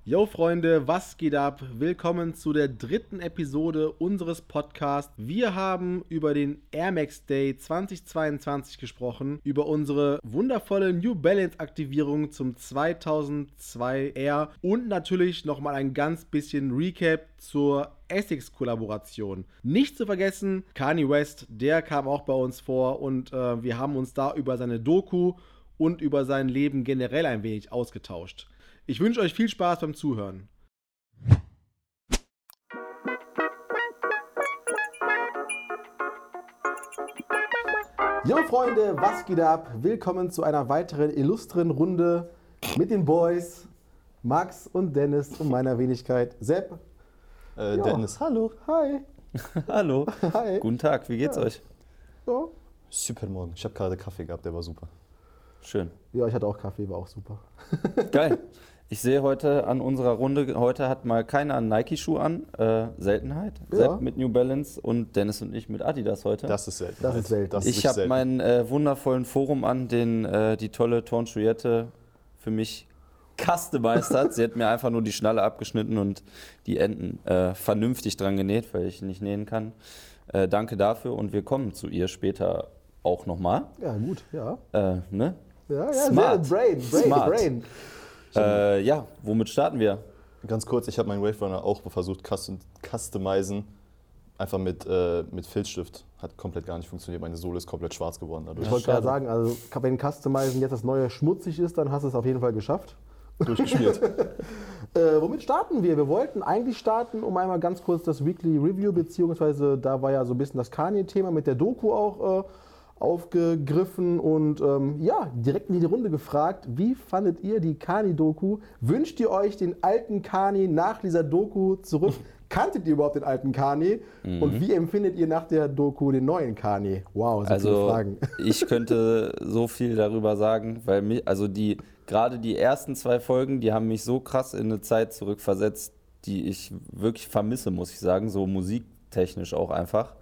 Yo Freunde, was geht ab? Willkommen zu der dritten Episode unseres Podcasts. Wir haben über den Air Max Day 2022 gesprochen, über unsere wundervolle New Balance Aktivierung zum 2002 Air und natürlich nochmal ein ganz bisschen Recap zur Essex-Kollaboration. Nicht zu vergessen, Kanye West, der kam auch bei uns vor und wir haben uns da über seine Doku und über sein Leben generell ein wenig ausgetauscht. Ich wünsche euch viel Spaß beim Zuhören. Jo Freunde, was geht ab? Willkommen zu einer weiteren illustren Runde mit den Boys Max und Dennis und meiner Wenigkeit Sepp. Dennis, hallo. Hi. Hallo. Hi. Guten Tag, wie geht's euch? Ja. Super Morgen. Ich habe gerade Kaffee gehabt, der war super. Schön. Ja, ich hatte auch Kaffee, war auch super. Geil. Ich sehe heute an unserer Runde, heute hat mal keiner einen Nike-Schuh an, Seltenheit. Ja. Sepp mit New Balance und Dennis und ich mit Adidas heute. Das ist selten. Das ist selten. Ich habe meinen wundervollen Forum an, den die tolle Tonchouette für mich customized hat. Sie hat mir einfach nur die Schnalle abgeschnitten und die Enden vernünftig dran genäht, weil ich nicht nähen kann. Danke dafür und wir kommen zu ihr später auch nochmal. Ja, gut, ja. Ne? Ja, Smart. Brain. Smart. Ja, womit starten wir? Ganz kurz, ich habe meinen Wave Runner auch versucht customizen, einfach mit Filzstift. Hat komplett gar nicht funktioniert, meine Sohle ist komplett schwarz geworden dadurch. Ich wollte gerade sagen, also wenn Customizen jetzt das neue schmutzig ist, dann hast du es auf jeden Fall geschafft. Durchgespielt. Womit starten wir? Wir wollten eigentlich starten, um einmal ganz kurz das Weekly Review, beziehungsweise da war ja so ein bisschen das Kanye-Thema mit der Doku auch aufgegriffen und direkt in die Runde gefragt, wie fandet ihr die Kanye-Doku? Wünscht ihr euch den alten Kanye nach dieser Doku zurück? Kanntet ihr überhaupt den alten Kanye? Und wie empfindet ihr nach der Doku den neuen Kanye? Wow, so viele Fragen. Ich könnte so viel darüber sagen, weil gerade die ersten 2 Folgen, die haben mich so krass in eine Zeit zurückversetzt, die ich wirklich vermisse, muss ich sagen, so musiktechnisch auch einfach.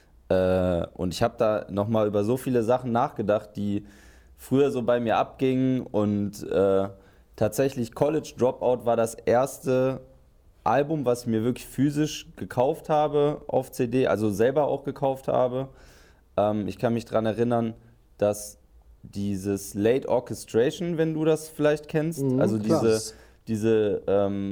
Und ich habe da nochmal über so viele Sachen nachgedacht, die früher so bei mir abgingen und tatsächlich College Dropout war das erste Album, was ich mir wirklich physisch gekauft habe auf CD, also selber auch gekauft habe. Ich kann mich daran erinnern, dass dieses Late Orchestration, wenn du das vielleicht kennst, also diese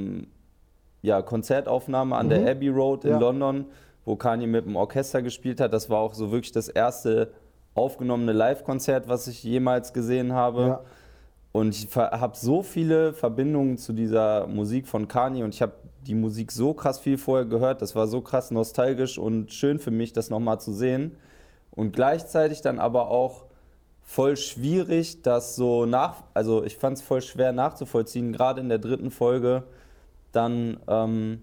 Konzertaufnahme an der Abbey Road in London, wo Kanye mit dem Orchester gespielt hat, das war auch so wirklich das erste aufgenommene Live-Konzert, was ich jemals gesehen habe. Ja. Und ich habe so viele Verbindungen zu dieser Musik von Kanye und ich habe die Musik so krass viel vorher gehört, das war so krass nostalgisch und schön für mich, das nochmal zu sehen. Und gleichzeitig dann aber auch voll schwierig, das so also ich fand es voll schwer nachzuvollziehen, gerade in der 3. Folge dann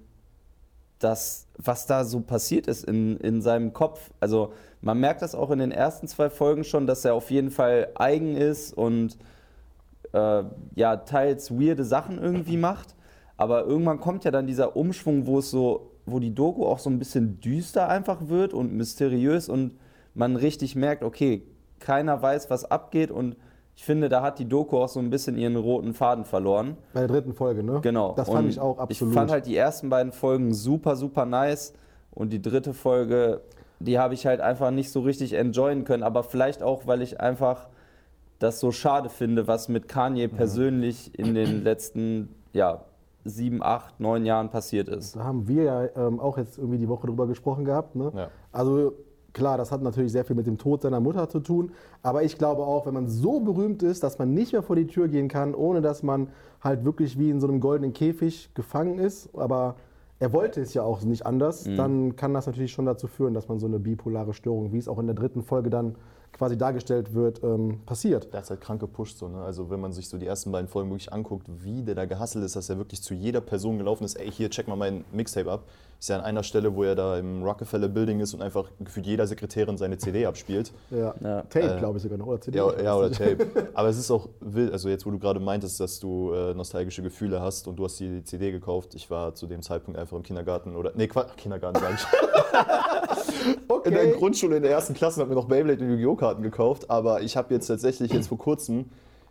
was da so passiert ist in seinem Kopf. Also man merkt das auch in den ersten 2 Folgen schon, dass er auf jeden Fall eigen ist und teils weirde Sachen irgendwie macht. Aber irgendwann kommt ja dann dieser Umschwung, wo die Doku auch so ein bisschen düster einfach wird und mysteriös und man richtig merkt, okay, keiner weiß, was abgeht und ich finde, da hat die Doku auch so ein bisschen ihren roten Faden verloren. Bei der 3. Folge, ne? Genau. Das fand ich auch absolut. Ich fand halt die ersten beiden Folgen super, super nice und die 3. Folge, die habe ich halt einfach nicht so richtig enjoyen können, aber vielleicht auch, weil ich einfach das so schade finde, was mit Kanye persönlich in den letzten 7, 8, 9 Jahren passiert ist. Da haben wir ja auch jetzt irgendwie die Woche drüber gesprochen gehabt, ne? Ja. Also klar, das hat natürlich sehr viel mit dem Tod seiner Mutter zu tun, aber ich glaube auch, wenn man so berühmt ist, dass man nicht mehr vor die Tür gehen kann, ohne dass man halt wirklich wie in so einem goldenen Käfig gefangen ist, aber er wollte es ja auch nicht anders, dann kann das natürlich schon dazu führen, dass man so eine bipolare Störung, wie es auch in der 3. Folge dann quasi dargestellt wird, passiert. Der hat halt krank gepusht, so, ne? Also wenn man sich so die ersten beiden Folgen wirklich anguckt, wie der da gehustelt ist, dass er wirklich zu jeder Person gelaufen ist, ey, hier, check mal mein Mixtape ab. Ist ja an einer Stelle, wo er da im Rockefeller Building ist und einfach gefühlt jeder Sekretärin seine CD abspielt. Ja. Tape, glaube ich sogar noch, oder CD. Ja, oder Tape. Aber es ist auch wild, also jetzt, wo du gerade meintest, dass du nostalgische Gefühle hast und du hast die CD gekauft. Ich war zu dem Zeitpunkt einfach im Kindergarten Kindergarten sag ich. Okay. In der Grundschule in der 1. Klasse habe mir noch Beyblade und Yu-Gi-Oh! Karten gekauft, aber ich habe jetzt tatsächlich vor kurzem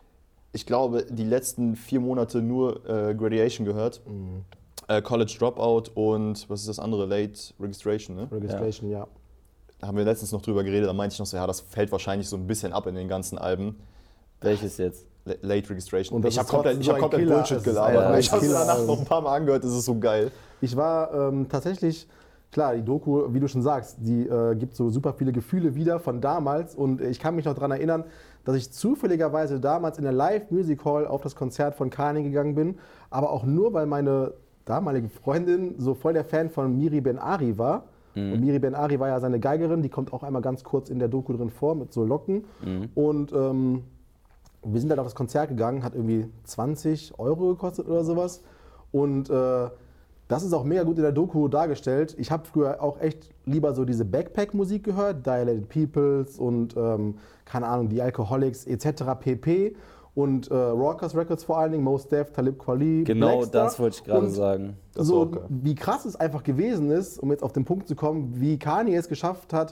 ich glaube, die letzten 4 Monate nur Graduation gehört. College Dropout und was ist das andere? Late Registration, ne? Registration, ja. Da haben wir letztens noch drüber geredet, da meinte ich noch so, ja, das fällt wahrscheinlich so ein bisschen ab in den ganzen Alben. Welches jetzt? Late Registration. Und Ich habe komplett Bullshit gelabert. Ja, ich habe es danach noch ein paar Mal angehört, das ist so geil. Ich war tatsächlich, klar, die Doku, wie du schon sagst, die gibt so super viele Gefühle wieder von damals. Und ich kann mich noch daran erinnern, dass ich zufälligerweise damals in der Live Music Hall auf das Konzert von Kanye gegangen bin. Aber auch nur, weil meine damalige Freundin so voll der Fan von Miri Ben Ari war. Und Miri Ben Ari war ja seine Geigerin, die kommt auch einmal ganz kurz in der Doku drin vor mit so Locken. Und wir sind dann auf das Konzert gegangen, hat irgendwie 20 € gekostet oder sowas. Und das ist auch mega gut in der Doku dargestellt. Ich habe früher auch echt lieber so diese Backpack-Musik gehört, Dilated Peoples und keine Ahnung, die Alcoholics etc. pp. Und Rawkus Records vor allen Dingen, Mos Def, Talib Kweli, Genau, Blackstar. das wollte ich gerade sagen. Das So, war auch geil. wie krass es einfach gewesen ist, um jetzt auf den Punkt zu kommen, wie Kanye es geschafft hat,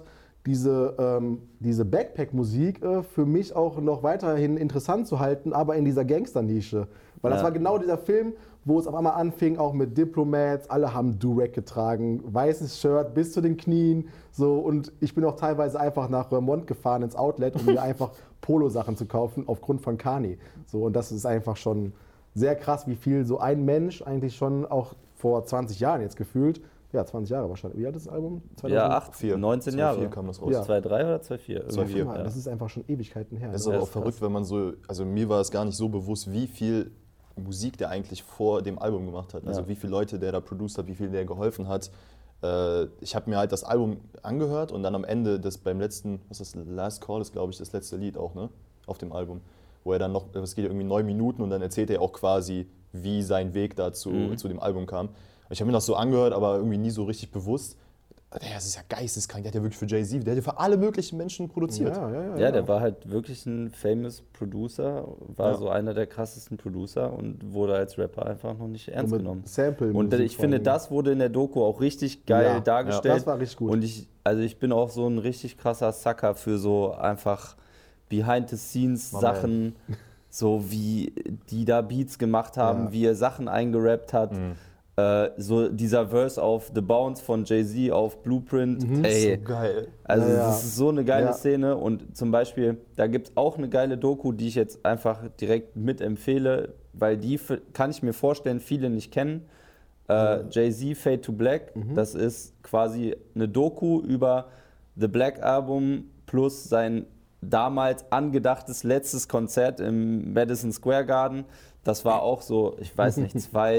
diese Backpack-Musik für mich auch noch weiterhin interessant zu halten, aber in dieser Gangster-Nische. Weil das war genau dieser Film, wo es auf einmal anfing, auch mit Diplomats, alle haben Durag getragen, weißes Shirt bis zu den Knien. So, und ich bin auch teilweise einfach nach Vermont gefahren ins Outlet, um mir einfach Polo-Sachen zu kaufen, aufgrund von Kanye. So, und das ist einfach schon sehr krass, wie viel so ein Mensch eigentlich schon auch vor 20 Jahren jetzt gefühlt, ja 20 Jahre wahrscheinlich, wie alt ist das Album? 2004, 19 Jahre. 2004 kam das raus. Ja. 2,3 oder 2,4? 2,4. Ja. Das ist einfach schon Ewigkeiten her. Es ist ne? aber auch ist krass. verrückt, wenn man so, also mir war es gar nicht so bewusst, wie viel Musik der eigentlich vor dem Album gemacht hat. Also wie viele Leute der da produced hat, wie viel der geholfen hat. Ich habe mir halt das Album angehört und dann am Ende, beim letzten, was ist das, Last Call ist glaube ich das letzte Lied auch, ne? Auf dem Album. Wo er dann noch, es geht ja irgendwie 9 Minuten und dann erzählt er auch quasi, wie sein Weg dazu zu dem Album kam. Ich habe mir das so angehört, aber irgendwie nie so richtig bewusst. Das ist ja geisteskrank, der hat ja wirklich für Jay-Z, der hat ja für alle möglichen Menschen produziert. Ja, der war halt wirklich ein famous Producer, war so einer der krassesten Producer und wurde als Rapper einfach noch nicht ernst genommen. Und ich finde, das wurde in der Doku auch richtig geil dargestellt. Das war richtig gut. Und ich bin auch so ein richtig krasser Sucker für so einfach Behind-the-Scenes-Sachen, so wie die da Beats gemacht haben, wie er Sachen eingerappt hat. So dieser Verse auf The Bounce von Jay-Z auf Blueprint, ey, So geil. also das ist so eine geile Szene und zum Beispiel, da gibt es auch eine geile Doku, die ich jetzt einfach direkt mitempfehle, weil die kann ich mir vorstellen, viele nicht kennen. Jay-Z Fade to Black, das ist quasi eine Doku über The Black Album plus sein damals angedachtes letztes Konzert im Madison Square Garden. Das war auch so, ich weiß nicht,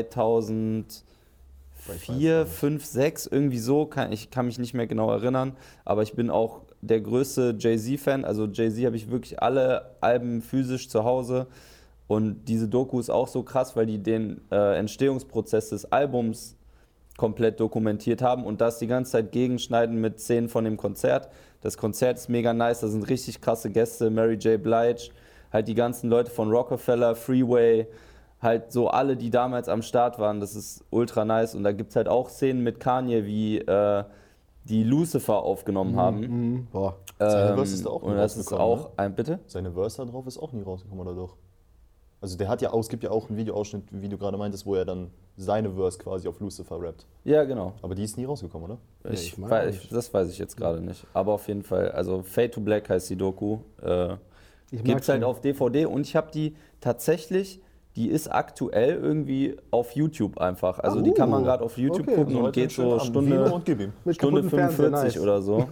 2004, 5, 6, irgendwie so. Ich kann mich nicht mehr genau erinnern. Aber ich bin auch der größte Jay-Z-Fan. Also Jay-Z habe ich wirklich alle Alben physisch zu Hause. Und diese Doku ist auch so krass, weil die den Entstehungsprozess des Albums komplett dokumentiert haben und das die ganze Zeit gegenschneiden mit Szenen von dem Konzert. Das Konzert ist mega nice, da sind richtig krasse Gäste, Mary J. Blige, halt die ganzen Leute von Rockefeller, Freeway, halt so alle, die damals am Start waren, das ist ultra nice. Und da gibt es halt auch Szenen mit Kanye, wie die Lucifer aufgenommen haben. Boah. Seine Verse ist da auch nie und das ist rausgekommen, auch ein, bitte? Seine Verse da drauf ist auch nie rausgekommen, oder doch? Also der hat ja auch, es gibt ja auch einen Videoausschnitt, wie du gerade meintest, wo er dann seine Verse quasi auf Lucifer rappt. Ja, genau. Aber die ist nie rausgekommen, oder? Das weiß ich jetzt gerade nicht. Aber auf jeden Fall, also Fade to Black heißt die Doku. Gibt es halt auf DVD und ich habe die tatsächlich, die ist aktuell irgendwie auf YouTube einfach. Also die kann man gerade auf YouTube gucken und geht so Stunde 45 oder so.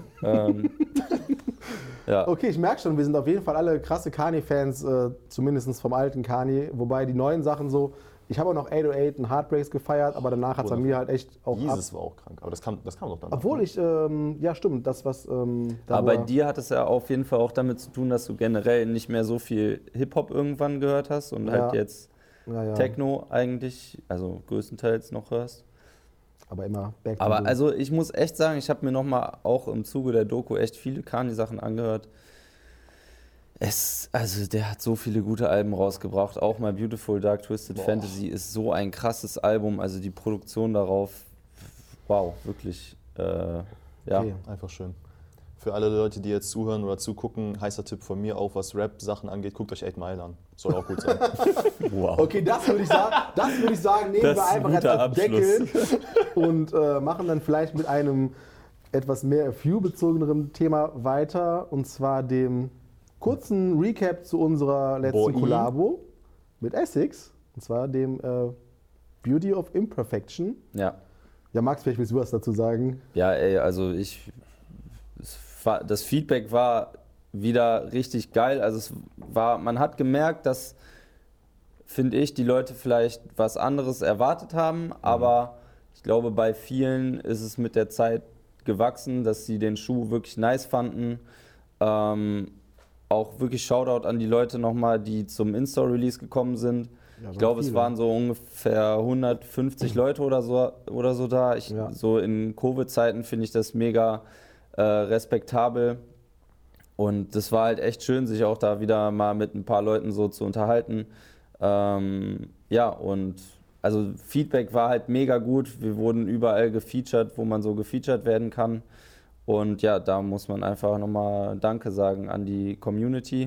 Ja. Okay, ich merke schon, wir sind auf jeden Fall alle krasse Kanye-Fans, zumindest vom alten Kanye. Wobei die neuen Sachen so, ich habe auch noch 808 und Heartbreaks gefeiert, aber danach hat es bei mir halt echt auch Jesus war auch krank, aber das kam doch dann. Obwohl ich, ja stimmt, das was... aber bei dir hat es ja auf jeden Fall auch damit zu tun, dass du generell nicht mehr so viel Hip-Hop irgendwann gehört hast und halt jetzt Techno eigentlich, also größtenteils noch hörst. Aber immer back to Aber the also ich muss echt sagen, ich habe mir nochmal auch im Zuge der Doku echt viele Kanye-Sachen angehört. Also der hat so viele gute Alben rausgebracht. Auch My Beautiful Dark Twisted Fantasy ist so ein krasses Album. Also die Produktion darauf, wow, wirklich, ja. Okay, einfach schön. Für alle Leute, die jetzt zuhören oder zugucken, heißer Tipp von mir auch, was Rap-Sachen angeht, guckt euch 8 Mile an. Soll auch gut sein. Wow. Okay, das würde ich sagen, nehmen wir einfach jetzt als Deckel und machen dann vielleicht mit einem etwas mehr View-bezogeneren Thema weiter, und zwar dem kurzen Recap zu unserer letzten Kollabo mit Essex, und zwar dem Beauty of Imperfection. Ja. Ja, Max, vielleicht willst du was dazu sagen? Ja, ey, also das Feedback war wieder richtig geil. Also man hat gemerkt, dass, finde ich, die Leute vielleicht was anderes erwartet haben, aber ich glaube, bei vielen ist es mit der Zeit gewachsen, dass sie den Schuh wirklich nice fanden. Auch wirklich Shoutout an die Leute nochmal, die zum In-Store-Release gekommen sind. Ja, ich glaube, es waren so ungefähr 150 Leute oder so da. So in Covid-Zeiten finde ich das mega respektabel. Und das war halt echt schön, sich auch da wieder mal mit ein paar Leuten so zu unterhalten. Ja, und also Feedback war halt mega gut. Wir wurden überall gefeatured, wo man so gefeatured werden kann. Und ja, da muss man einfach nochmal Danke sagen an die Community.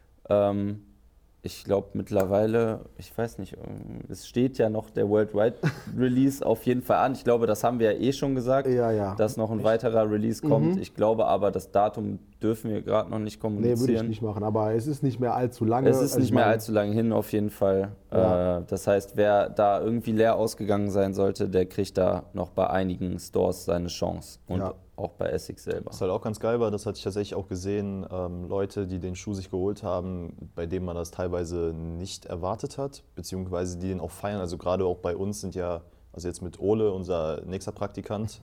Ich glaube mittlerweile, ich weiß nicht, es steht ja noch der Worldwide Release auf jeden Fall an. Ich glaube, das haben wir ja eh schon gesagt, dass noch ein weiterer Release kommt. Ich glaube aber, das Datum dürfen wir gerade noch nicht kommunizieren. Nee, würde ich nicht machen, aber es ist nicht mehr allzu lange. Es ist nicht mehr allzu lange hin, auf jeden Fall. Ja. Das heißt, wer da irgendwie leer ausgegangen sein sollte, der kriegt da noch bei einigen Stores seine Chance. Und auch bei Essex selber. Was halt auch ganz geil war, das hatte ich tatsächlich auch gesehen, Leute, die den Schuh sich geholt haben, bei denen man das teilweise nicht erwartet hat, beziehungsweise die den auch feiern. Also gerade auch bei uns sind ja, also jetzt mit Ole, unser nächster Praktikant,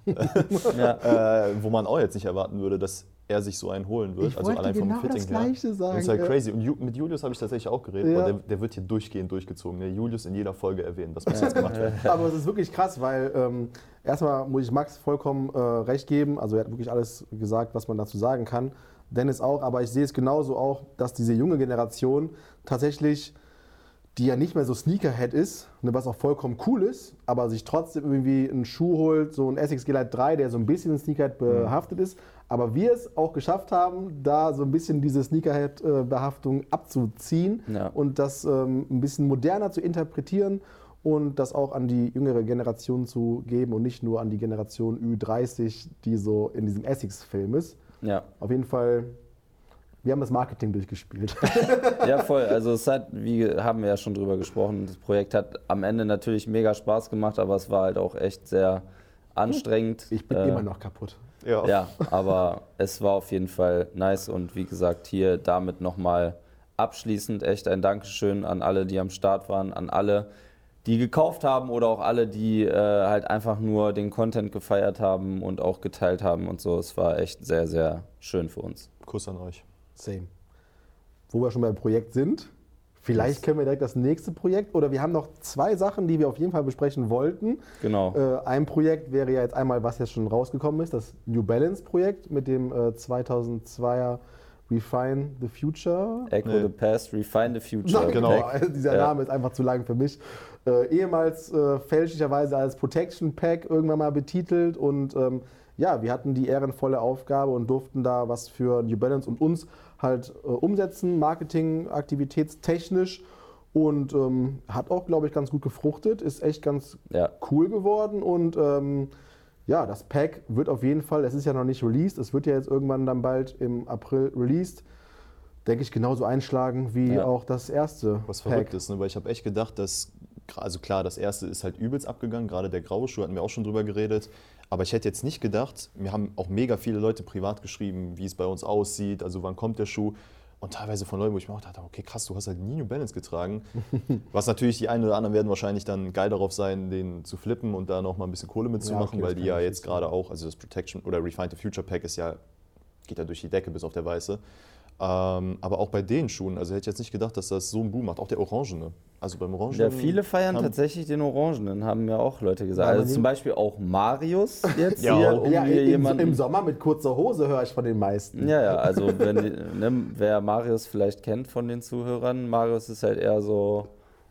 wo man auch jetzt nicht erwarten würde, dass er sich so einen holen wird. Ich also allein vom Fitting her. Sagen, das ist halt crazy. Und mit Julius habe ich tatsächlich auch geredet, weil der wird hier durchgehend durchgezogen. Der Julius in jeder Folge erwähnen, das muss jetzt gemacht werden. Aber es ist wirklich krass, weil erstmal muss ich Max vollkommen recht geben. Also er hat wirklich alles gesagt, was man dazu sagen kann. Dennis auch, aber ich sehe es genauso auch, dass diese junge Generation tatsächlich, die ja nicht mehr so Sneakerhead ist, was auch vollkommen cool ist, aber sich trotzdem irgendwie einen Schuh holt, so ein Essex G-Lite 3, der so ein bisschen Sneakerhead behaftet ist, aber wir es auch geschafft haben, da so ein bisschen diese Sneakerhead-Behaftung abzuziehen und das ein bisschen moderner zu interpretieren und das auch an die jüngere Generation zu geben und nicht nur an die Generation Ü30, die so in diesem Essex-Film ist. Ja. Auf jeden Fall, wir haben das Marketing durchgespielt. Ja, voll. Also es hat, haben wir ja schon drüber gesprochen, das Projekt hat am Ende natürlich mega Spaß gemacht, aber es war halt auch echt sehr anstrengend. Ich bin immer noch kaputt. Ja, aber es war auf jeden Fall nice und wie gesagt, hier damit nochmal abschließend echt ein Dankeschön an alle, die am Start waren, an alle, die gekauft haben oder auch alle, die halt einfach nur den Content gefeiert haben und auch geteilt haben und so. Es war echt sehr, sehr schön für uns. Kuss an euch. Same. Wo wir schon beim Projekt sind, vielleicht können wir direkt das nächste Projekt, oder wir haben noch zwei Sachen, die wir auf jeden Fall besprechen wollten. Genau. Ein Projekt wäre ja jetzt einmal, was jetzt schon rausgekommen ist, das New Balance Projekt mit dem 2002er Refine the Future. Echo the Past, Refine the Future. Genau, dieser Name ist einfach zu lang für mich. Ehemals fälschlicherweise als Protection Pack irgendwann mal betitelt und wir hatten die ehrenvolle Aufgabe und durften da was für New Balance und uns halt umsetzen, Marketing, aktivitätstechnisch, und hat auch, glaube ich, ganz gut gefruchtet, ist echt ganz cool geworden und das Pack wird auf jeden Fall, es ist ja noch nicht released, es wird ja jetzt irgendwann dann bald im April released, denke ich, genauso einschlagen wie auch das erste Was verrückt ist, ne? Weil ich habe echt gedacht, dass, also klar, das erste ist halt übelst abgegangen, gerade der graue Schuh, hatten wir auch schon drüber geredet, aber ich hätte jetzt nicht gedacht, mir haben auch mega viele Leute privat geschrieben, wie es bei uns aussieht, also wann kommt der Schuh, und teilweise von Leuten, wo ich mir auch dachte, okay krass, du hast halt nie New Balance getragen, was natürlich die einen oder anderen werden wahrscheinlich dann geil darauf sein, den zu flippen und da noch mal ein bisschen Kohle mitzumachen, weil die ja jetzt gerade auch, also das Protection oder Refine the Future Pack ist geht ja durch die Decke bis auf der weiße. Aber auch bei den Schuhen, also hätte ich jetzt nicht gedacht, dass das so einen Boom macht. Auch der Orangene. Also beim Orangenen. Ja, viele feiern tatsächlich den Orangenen, haben mir auch Leute gesagt. Also zum Beispiel auch Marius jetzt hier. Im Sommer mit kurzer Hose höre ich von den meisten. Ja, also wer Marius vielleicht kennt von den Zuhörern, Marius ist halt eher so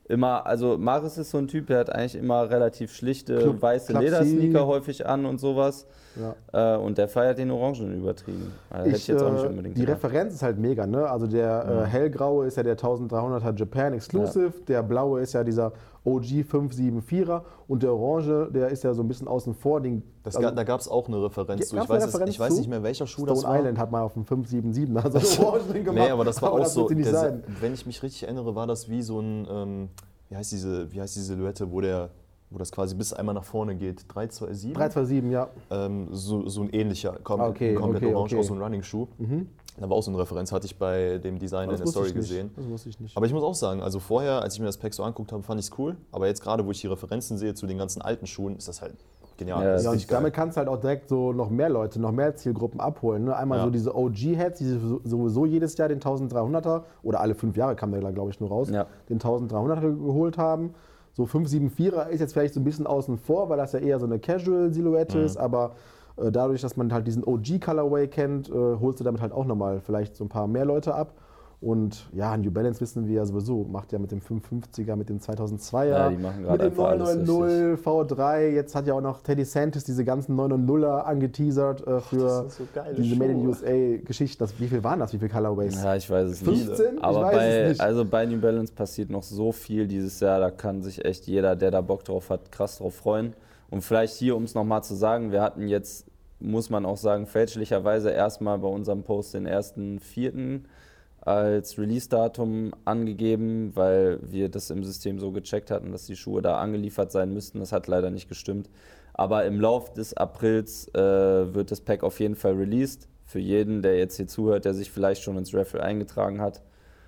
immer, also Maris ist so ein Typ, der hat eigentlich immer relativ schlichte weiße Ledersneaker häufig an und sowas. Ja. Und der feiert den Orangen übertrieben. Also hätte ich jetzt auch nicht unbedingt die gemacht. Referenz ist halt mega, ne? Also der hellgraue ist ja der 1300er Japan Exclusive, der blaue ist ja dieser OG 574er und der orange, der ist ja so ein bisschen außen vor. Da gab es auch eine Referenz zu. Ich weiß nicht mehr, welcher Schuh das war. Stone Island hat mal auf dem 577 also orange gemacht. Nee, aber das war auch so, sein. Wenn ich mich richtig erinnere, war das wie so ein, wie heißt die Silhouette, wo das quasi bis einmal nach vorne geht. 327? 327, ja. So ein ähnlicher, komplett orange, auch so ein Running-Schuh. Da war auch so eine Referenz, hatte ich bei dem Designer in der Story gesehen. Das wusste ich nicht. Aber ich muss auch sagen, also vorher, als ich mir das Pack so angeguckt habe, fand ich es cool. Aber jetzt gerade, wo ich die Referenzen sehe zu den ganzen alten Schuhen, ist das halt genial. Ja, und damit kannst du halt auch direkt so noch mehr Leute, noch mehr Zielgruppen abholen. Ne? Einmal so diese OG-Heads, die sowieso jedes Jahr den 1300er, oder alle 5 Jahre kam der, glaube ich, nur raus, den 1300er geholt haben. So 574er ist jetzt vielleicht so ein bisschen außen vor, weil das ja eher so eine Casual-Silhouette ist, aber dadurch, dass man halt diesen OG-Colorway kennt, holst du damit halt auch nochmal vielleicht so ein paar mehr Leute ab. Und ja, New Balance wissen wir ja sowieso, macht ja mit dem 550er, mit dem 2002er, die machen mit dem einfach 990, V3, jetzt hat ja auch noch Teddy Santis diese ganzen 990er angeteasert für so diese Made in USA-Geschichten. Wie viel waren das, wie viele Colorways? Ja, ich weiß es 15? nicht. Aber es nicht. Bei New Balance passiert noch so viel dieses Jahr, da kann sich echt jeder, der da Bock drauf hat, krass drauf freuen. Und vielleicht hier, um es nochmal zu sagen, wir hatten jetzt, muss man auch sagen, fälschlicherweise erstmal bei unserem Post den 1.4. als Release-Datum angegeben, weil wir das im System so gecheckt hatten, dass die Schuhe da angeliefert sein müssten. Das hat leider nicht gestimmt. Aber im Lauf des Aprils wird das Pack auf jeden Fall released. Für jeden, der jetzt hier zuhört, der sich vielleicht schon ins Raffle eingetragen hat.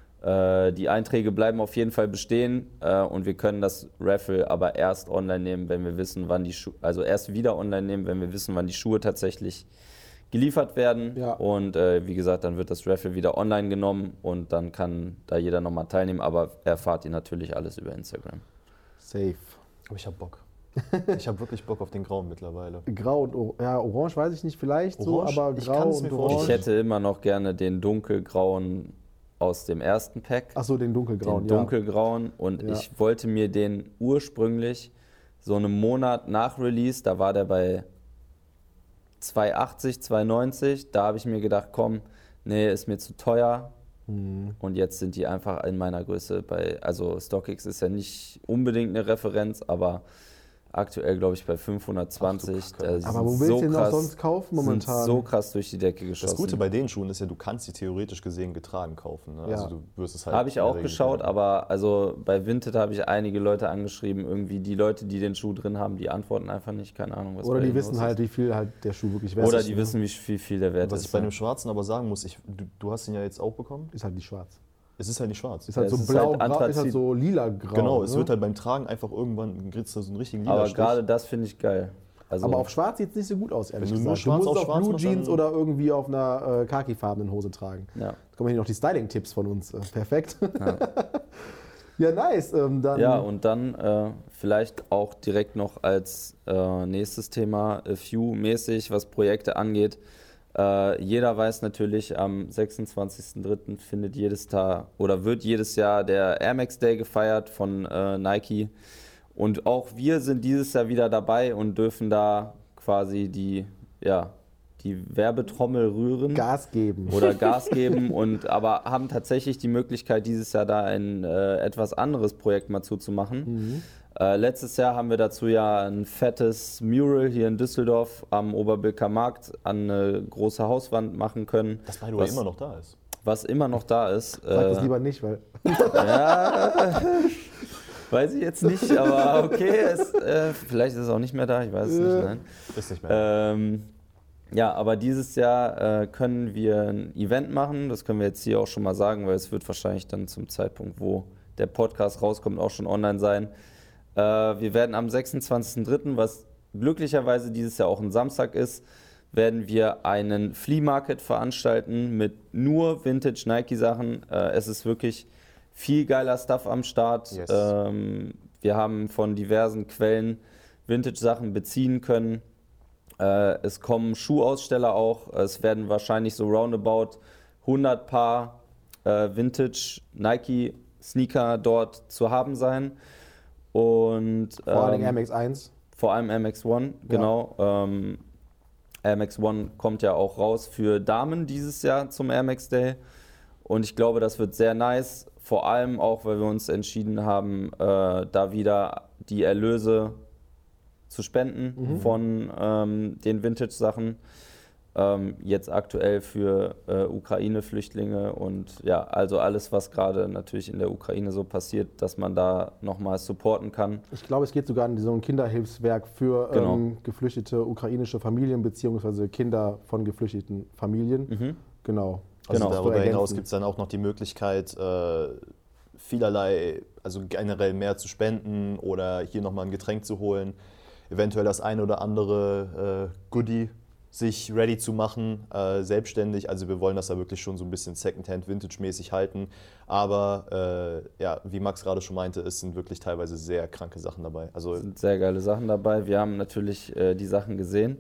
Die Einträge bleiben auf jeden Fall bestehen und wir können das Raffle aber erst online nehmen, wenn wir wissen, wann die Schuhe, also erst wieder online nehmen, wenn wir wissen, wann die Schuhe tatsächlich geliefert werden. Ja. Und wie gesagt, dann wird das Raffle wieder online genommen und dann kann da jeder nochmal teilnehmen, aber erfahrt ihr natürlich alles über Instagram. Safe. Aber ich hab Bock. Ich habe wirklich Bock auf den Grauen mittlerweile. Grau und Orange weiß ich nicht vielleicht Orange, so, aber Grau und Orange. Ich hätte immer noch gerne den dunkelgrauen aus dem ersten Pack. Ach so, den dunkelgrauen, Den dunkelgrauen und ich wollte mir den ursprünglich so einen Monat nach Release, da war der bei 280, 290, da habe ich mir gedacht, komm, nee, ist mir zu teuer. Und jetzt sind die einfach in meiner Größe also StockX ist ja nicht unbedingt eine Referenz, aber aktuell, glaube ich, bei 520. Aber wo willst du den auch sonst kaufen momentan? Sind so krass durch die Decke geschossen. Das Gute bei den Schuhen ist ja, du kannst sie theoretisch gesehen getragen kaufen. Ne? Ja. Also du wirst es halt. Habe ich auch geschaut, aber also bei Vinted habe ich einige Leute angeschrieben, irgendwie die Leute, die den Schuh drin haben, die antworten einfach nicht, keine Ahnung, was oder die bei wissen halt, wie viel halt der Schuh wirklich wert ist. Oder die wissen, wie viel der Wert ist. Was ich bei dem Schwarzen aber sagen muss, du hast ihn ja jetzt auch bekommen. Ist halt nicht schwarz. Es ist halt nicht schwarz. Ist halt so blau-grau, ist halt so lila-grau. Genau, es wird halt beim Tragen einfach irgendwann, kriegst du so einen richtigen lila Aber Stich. gerade das finde ich geil. Also aber auf schwarz sieht es nicht so gut aus, ehrlich Wenn gesagt. du nur musst schwarz auf Blue Jeans oder irgendwie auf einer khakifarbenen Hose tragen. Ja. Jetzt kommen hier noch die Styling-Tipps von uns. Perfekt. Ja, ja nice. Ja, und dann vielleicht auch direkt noch als nächstes Thema Few-mäßig, was Projekte angeht. Jeder weiß natürlich, am 26.03. wird jedes Jahr der Air Max Day gefeiert von Nike. Und auch wir sind dieses Jahr wieder dabei und dürfen da quasi die Werbetrommel rühren. Gas geben. Oder Gas geben, aber haben tatsächlich die Möglichkeit, dieses Jahr da ein etwas anderes Projekt mal zuzumachen. Letztes Jahr haben wir dazu ja ein fettes Mural hier in Düsseldorf am Oberbilker Markt an eine große Hauswand machen können. Das by the way immer noch da ist. Was immer noch da ist. Sag das lieber nicht, weil... Ja, weiß ich jetzt nicht, aber okay, vielleicht ist es auch nicht mehr da, ich weiß es nicht. Nein. Ist nicht mehr. Ja, aber dieses Jahr können wir ein Event machen, das können wir jetzt hier auch schon mal sagen, weil es wird wahrscheinlich dann zum Zeitpunkt, wo der Podcast rauskommt, auch schon online sein. Wir werden am 26.03., was glücklicherweise dieses Jahr auch ein Samstag ist, werden wir einen Flea Market veranstalten mit nur Vintage Nike-Sachen. Es ist wirklich viel geiler Stuff am Start. Yes. Wir haben von diversen Quellen Vintage-Sachen beziehen können. Es kommen Schuhaussteller auch. Es werden wahrscheinlich so roundabout 100 Paar Vintage Nike Sneaker dort zu haben sein. Und, vor allem Air Max 1. Vor allem Air Max One, genau. Air Max One kommt ja auch raus für Damen dieses Jahr zum Air Max Day. Und ich glaube, das wird sehr nice. Vor allem auch, weil wir uns entschieden haben, da wieder die Erlöse zu spenden von den Vintage-Sachen. Jetzt aktuell für Ukraine-Flüchtlinge und ja, also alles, was gerade natürlich in der Ukraine so passiert, dass man da nochmal supporten kann. Ich glaube, es geht sogar in so ein Kinderhilfswerk für geflüchtete ukrainische Familien bzw. Kinder von geflüchteten Familien. Genau. Also darüber hinaus gibt es dann auch noch die Möglichkeit, vielerlei, also generell mehr zu spenden oder hier nochmal ein Getränk zu holen, eventuell das eine oder andere Goodie sich ready zu machen, selbstständig. Also wir wollen das da wirklich schon so ein bisschen Secondhand, Vintage-mäßig halten. Aber ja, wie Max gerade schon meinte, es sind wirklich teilweise sehr kranke Sachen dabei. Also es sind sehr geile Sachen dabei. Wir haben natürlich die Sachen gesehen.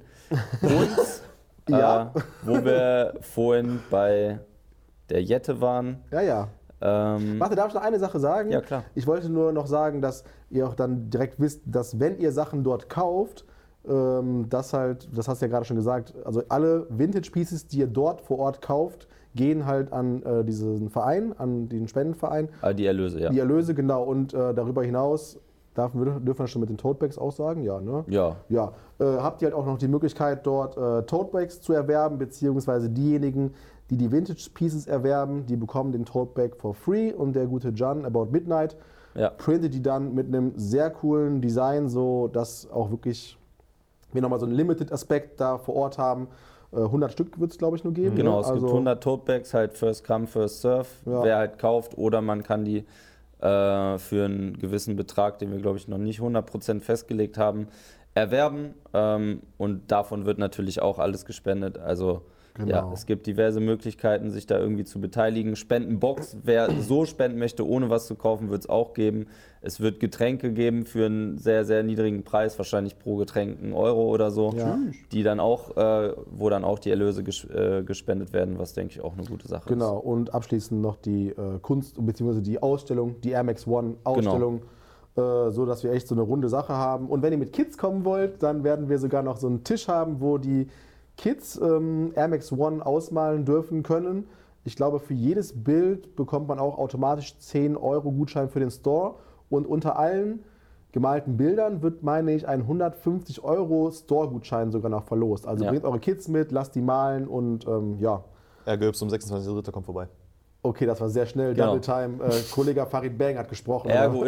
Und wo wir vorhin bei der Jette waren. Ja. Warte, darf ich noch eine Sache sagen? Ja, klar. Ich wollte nur noch sagen, dass ihr auch dann direkt wisst, dass wenn ihr Sachen dort kauft, das hast du ja gerade schon gesagt, also alle Vintage-Pieces, die ihr dort vor Ort kauft, gehen halt an diesen Verein, an den Spendenverein. Die Erlöse, ja. Die Erlöse, genau. Und darüber hinaus dürfen wir schon mit den Totebags auch sagen, ja, ne? Ja. Habt ihr halt auch noch die Möglichkeit, dort Totebags zu erwerben, beziehungsweise diejenigen, die Vintage-Pieces erwerben, die bekommen den Totebag for free und der gute John, About Midnight, printet die dann mit einem sehr coolen Design, so dass auch wirklich wir nochmal so einen Limited-Aspekt da vor Ort haben. 100 Stück wird es, glaube ich, nur geben. Genau, es gibt 100 Totebags, halt First Come, First Serve, wer halt kauft. Oder man kann die für einen gewissen Betrag, den wir, glaube ich, noch nicht 100% festgelegt haben, erwerben. Und davon wird natürlich auch alles gespendet. Also ja, es gibt diverse Möglichkeiten, sich da irgendwie zu beteiligen. Spendenbox, wer so spenden möchte, ohne was zu kaufen, wird es auch geben. Es wird Getränke geben für einen sehr, sehr niedrigen Preis, wahrscheinlich pro Getränk €1 oder so, die dann auch, wo dann auch die Erlöse gespendet werden, was, denke ich, auch eine gute Sache ist. Genau, und abschließend noch die Kunst- bzw. die Ausstellung, die Air Max One Ausstellung, so dass wir echt so eine runde Sache haben. Und wenn ihr mit Kids kommen wollt, dann werden wir sogar noch so einen Tisch haben, wo die Kids Air Max One ausmalen dürfen können. Ich glaube, für jedes Bild bekommt man auch automatisch 10 € Gutschein für den Store. Und unter allen gemalten Bildern wird, meine ich, ein 150 € Store-Gutschein sogar noch verlost. Also bringt eure Kids mit, lasst die malen und ja. Ergo Y, 26.03. kommt vorbei. Okay, das war sehr schnell. Double Time. Kollege Farid Bang hat gesprochen. Ergo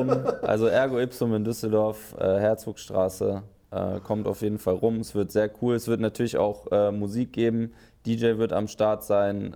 Ipsum in Düsseldorf, Herzogstraße. Kommt auf jeden Fall rum, es wird sehr cool. Es wird natürlich auch Musik geben, DJ wird am Start sein,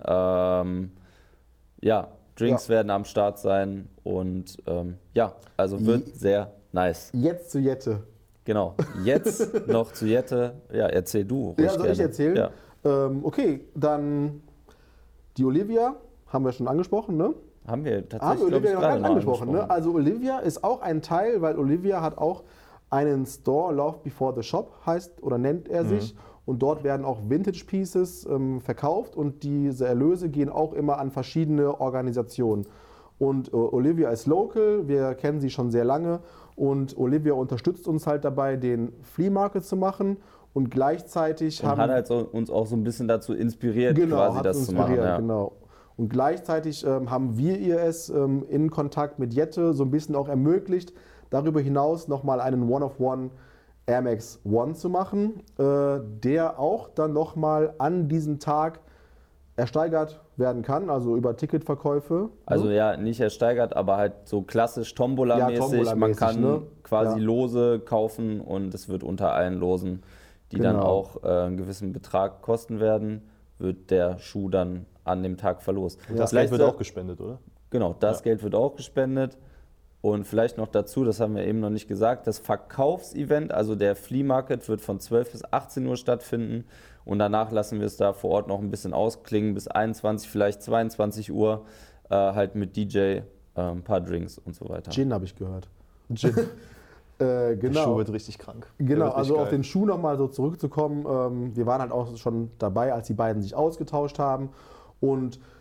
Drinks werden am Start sein und also wird sehr nice. Jetzt zu Jette. Genau, jetzt noch zu Jette. Ja, erzähl du. Ja, soll ich erzählen? Ja. Okay, dann die Olivia haben wir schon angesprochen, ne? Haben wir tatsächlich Olivia noch gar nicht angesprochen, ne? Also Olivia ist auch ein Teil, weil Olivia hat auch einen Store, Love Before the Shop heißt oder nennt er sich. Und dort werden auch Vintage Pieces verkauft und diese Erlöse gehen auch immer an verschiedene Organisationen. Und Olivia ist local, wir kennen sie schon sehr lange und Olivia unterstützt uns halt dabei, den Flea Market zu machen und gleichzeitig hat halt uns auch so ein bisschen dazu inspiriert, quasi das zu machen. Ja. Genau. Und gleichzeitig haben wir ihr es in Kontakt mit Jette so ein bisschen auch ermöglicht, darüber hinaus nochmal einen One-of-One Air Max One zu machen, der auch dann nochmal an diesem Tag ersteigert werden kann, also über Ticketverkäufe. Also ja, nicht ersteigert, aber halt so klassisch Tombola-mäßig. Man kann quasi Lose kaufen und es wird unter allen Losen, die dann auch einen gewissen Betrag kosten werden, wird der Schuh dann an dem Tag verlost. Das Geld wird auch gespendet, oder? Genau, das Geld wird auch gespendet. Und vielleicht noch dazu, das haben wir eben noch nicht gesagt, das Verkaufsevent, also der Flea Market, wird von 12 bis 18 Uhr stattfinden. Und danach lassen wir es da vor Ort noch ein bisschen ausklingen, bis 21, vielleicht 22 Uhr, halt mit DJ, ein paar Drinks und so weiter. Gin habe ich gehört. Gin. Genau. Der Schuh wird richtig krank. Genau, also geil. Auf den Schuh nochmal so zurückzukommen. Wir waren halt auch schon dabei, als die beiden sich ausgetauscht haben. Und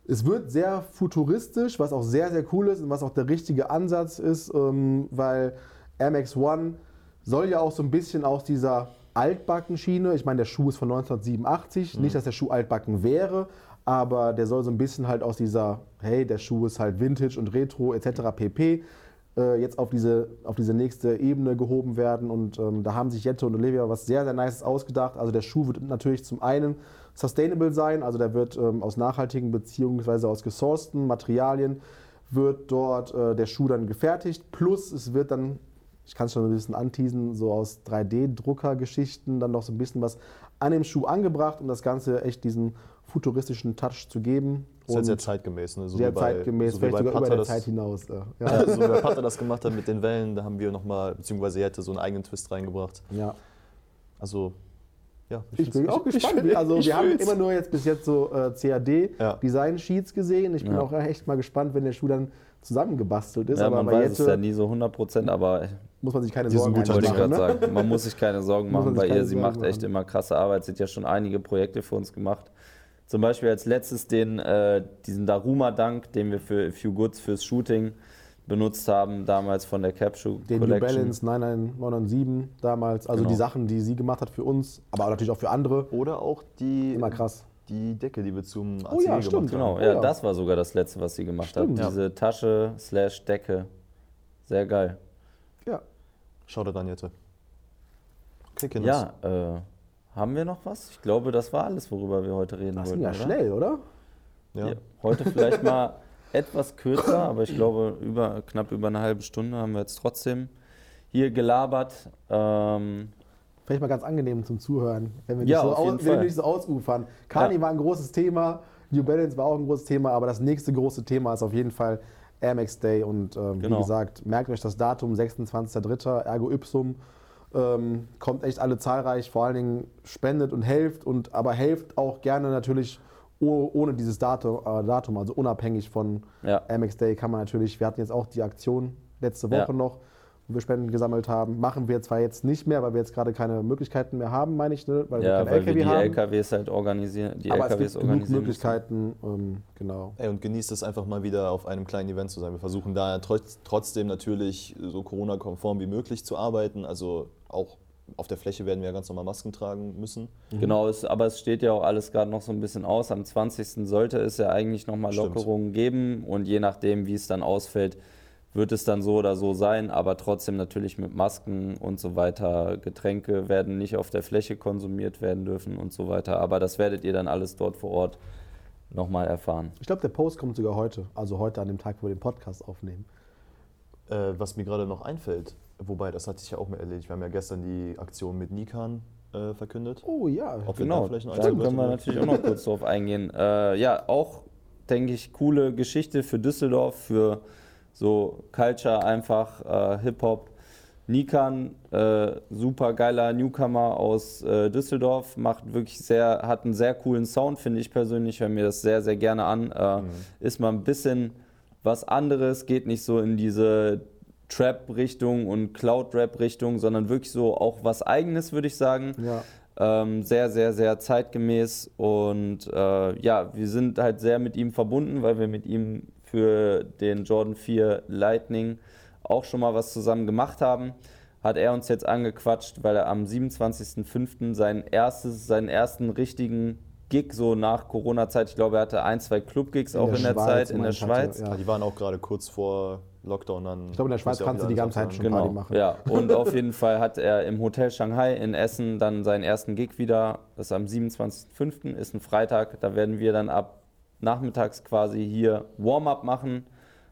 Es wird sehr futuristisch, was auch sehr, sehr cool ist und was auch der richtige Ansatz ist, weil Air Max One soll ja auch so ein bisschen aus dieser Altbacken-Schiene, ich meine, der Schuh ist von 1987, nicht, dass der Schuh altbacken wäre, aber der soll so ein bisschen halt aus dieser, hey, der Schuh ist halt Vintage und Retro etc. pp. Jetzt auf diese nächste Ebene gehoben werden und da haben sich Jette und Olivia was sehr, sehr Nices ausgedacht. Also der Schuh wird natürlich zum einen sustainable sein, also der wird aus nachhaltigen bzw. aus gesourcten Materialien wird dort der Schuh dann gefertigt, plus es wird dann, ich kann es schon ein bisschen anteasen, so aus 3D-Drucker-Geschichten dann noch so ein bisschen was an dem Schuh angebracht, um das Ganze echt diesen futuristischen Touch zu geben. Das ist halt sehr zeitgemäß. Ne? Sehr zeitgemäß, so vielleicht sogar über der Zeit hinaus. Ja. So wie der Pater das gemacht hat mit den Wellen, da haben wir nochmal, beziehungsweise er hätte so einen eigenen Twist reingebracht. Ja. Also, ja. Ich bin auch gespannt. Wir haben immer nur bis jetzt so CAD-Design-Sheets gesehen. Ich bin auch echt mal gespannt, wenn der Schuh dann zusammengebastelt ist. Ja, aber man weiß es ja nie so 100%, aber muss man sich keine Sorgen machen. Wollte ich gerade sagen. Man muss sich keine Sorgen machen bei ihr. Sie macht echt immer krasse Arbeit. Sie hat ja schon einige Projekte für uns gemacht. Zum Beispiel als letztes diesen Daruma-Dunk, den wir für Few Goods fürs Shooting benutzt haben, damals von der Capsule den Collection. Den New Balance 997 damals, also die Sachen, die sie gemacht hat für uns, aber auch natürlich auch für andere. Oder auch immer krass. Die Decke, die wir zum AC gemacht haben. Genau, ja, das war sogar das letzte, was sie gemacht hat. Diese Tasche/Decke. Sehr geil. Ja. Schau da dann jetzt. Okay, ja, haben wir noch was? Ich glaube, das war alles, worüber wir heute reden wollten. Das ging ja schnell, oder? Ja. Heute vielleicht mal etwas kürzer, aber ich glaube, knapp über eine halbe Stunde haben wir jetzt trotzdem hier gelabert. Vielleicht mal ganz angenehm zum Zuhören, wenn wir nicht so ausufern. Kani war ein großes Thema, New Balance war auch ein großes Thema, aber das nächste große Thema ist auf jeden Fall Air Max Day und wie gesagt, merkt euch das Datum, 26.03., ergo Ipsum. Kommt echt alle zahlreich, vor allen Dingen spendet und helft, aber helft auch gerne natürlich ohne dieses Datum, also unabhängig von Air Max Day kann man natürlich, wir hatten jetzt auch die Aktion letzte Woche noch, wo wir Spenden gesammelt haben, machen wir zwar jetzt nicht mehr, weil wir jetzt gerade keine Möglichkeiten mehr haben, meine ich, ne? Weil wir keine LKW haben. LKWs halt organisieren, aber es gibt genug Möglichkeiten, genau. Und genießt es einfach mal wieder auf einem kleinen Event zu sein. Wir versuchen da trotzdem natürlich so Corona-konform wie möglich zu arbeiten, also auch auf der Fläche werden wir ja ganz normal Masken tragen müssen. Genau, aber es steht ja auch alles gerade noch so ein bisschen aus. Am 20. sollte es ja eigentlich nochmal Lockerungen geben und je nachdem, wie es dann ausfällt, wird es dann so oder so sein, aber trotzdem natürlich mit Masken und so weiter. Getränke werden nicht auf der Fläche konsumiert werden dürfen und so weiter. Aber das werdet ihr dann alles dort vor Ort nochmal erfahren. Ich glaube, der Post kommt sogar heute, also heute an dem Tag, wo wir den Podcast aufnehmen. Was mir gerade noch einfällt, wobei das hatte ich ja auch mal erledigt, wir haben ja gestern die Aktion mit Nikan verkündet. Oh ja, genau, da können wir natürlich auch noch kurz drauf eingehen. Ja, auch, denke ich, coole Geschichte für Düsseldorf, für so Culture, einfach Hip-Hop. Nikan, super geiler Newcomer aus Düsseldorf, hat einen sehr coolen Sound, finde ich persönlich, höre mir das sehr, sehr gerne an. Ist mal ein bisschen was anderes, geht nicht so in diese Trap-Richtung und Cloud-Rap-Richtung, sondern wirklich so auch was Eigenes, würde ich sagen. Ja. Sehr, sehr, sehr zeitgemäß und ja, wir sind halt sehr mit ihm verbunden, weil wir mit ihm für den Jordan 4 Lightning auch schon mal was zusammen gemacht haben. Hat er uns jetzt angequatscht, weil er am 27.05. seinen ersten richtigen Gig so nach Corona-Zeit, ich glaube, er hatte 1-2 Club-Gigs auch in der Zeit in der Schweiz. Ja. Die waren auch gerade kurz vor Lockdown dann. Ich glaube, in der Schweiz kannst du die ganze Zeit schon Party machen. Ja, und auf jeden Fall hat er im Hotel Shanghai in Essen dann seinen ersten Gig wieder. Das ist am 27.05., ist ein Freitag. Da werden wir dann ab nachmittags quasi hier Warm-up machen.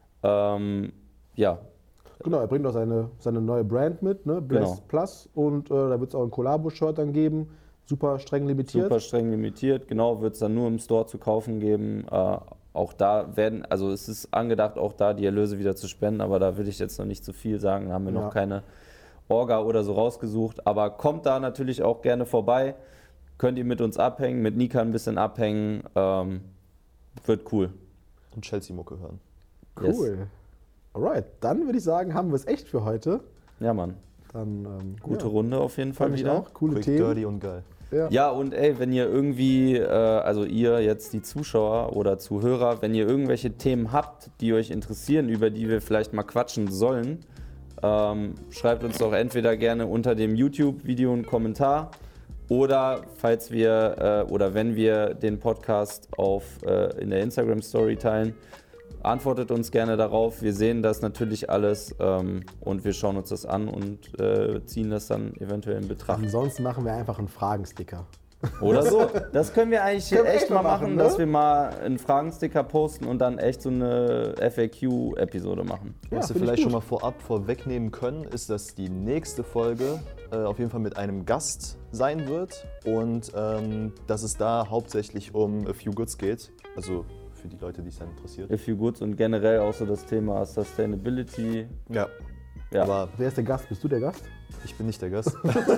Ja. Genau, er bringt auch seine neue Brand mit, ne? Blessed Plus. Und da wird es auch ein Collabo-Shirt dann geben. Super streng limitiert. Super streng limitiert, genau, wird es dann nur im Store zu kaufen geben. Auch da also es ist angedacht, auch da die Erlöse wieder zu spenden, aber da will ich jetzt noch nicht zu viel sagen, da haben wir noch keine Orga oder so rausgesucht. Aber kommt da natürlich auch gerne vorbei, könnt ihr mit uns abhängen, mit Nika ein bisschen abhängen, wird cool. Und Chelsea-Mucke hören. Cool. Yes. Alright, dann würde ich sagen, haben wir es echt für heute. Ja, Mann. Dann, gute Runde auf jeden Fall wieder. Auch coole Quick, Themen. dirty und geil. Ja, und ey, wenn ihr irgendwie, also ihr jetzt die Zuschauer oder Zuhörer, wenn ihr irgendwelche Themen habt, die euch interessieren, über die wir vielleicht mal quatschen sollen, schreibt uns doch entweder gerne unter dem YouTube-Video einen Kommentar oder falls wir oder wenn wir den Podcast in der Instagram-Story teilen, antwortet uns gerne darauf. Wir sehen das natürlich alles und wir schauen uns das an und ziehen das dann eventuell in Betracht. Ansonsten machen wir einfach einen Fragensticker. Oder so. Das können wir eigentlich echt mal machen, ne? dass wir mal einen Fragensticker posten und dann echt so eine FAQ-Episode machen. Was wir vielleicht schon mal vorwegnehmen können, ist, dass die nächste Folge auf jeden Fall mit einem Gast sein wird und dass es da hauptsächlich um A Few Goods geht. Also für die Leute, die es dann interessiert. A Few Goods und generell auch so das Thema Sustainability. Ja. Aber wer ist der Gast? Bist du der Gast? Ich bin nicht der Gast.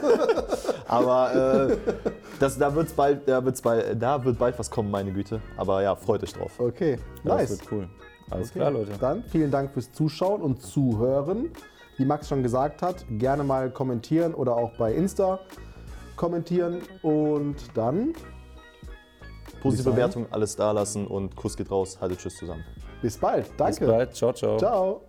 Aber da wird bald was kommen, meine Güte. Aber ja, freut euch drauf. Okay, nice. Das wird cool. Alles klar, Leute. Dann vielen Dank fürs Zuschauen und Zuhören. Wie Max schon gesagt hat, gerne mal kommentieren oder auch bei Insta kommentieren. Und dann positive Bewertung, alles da lassen und Kuss geht raus. Haltet tschüss zusammen. Bis bald. Danke. Bis bald. Ciao, ciao. Ciao.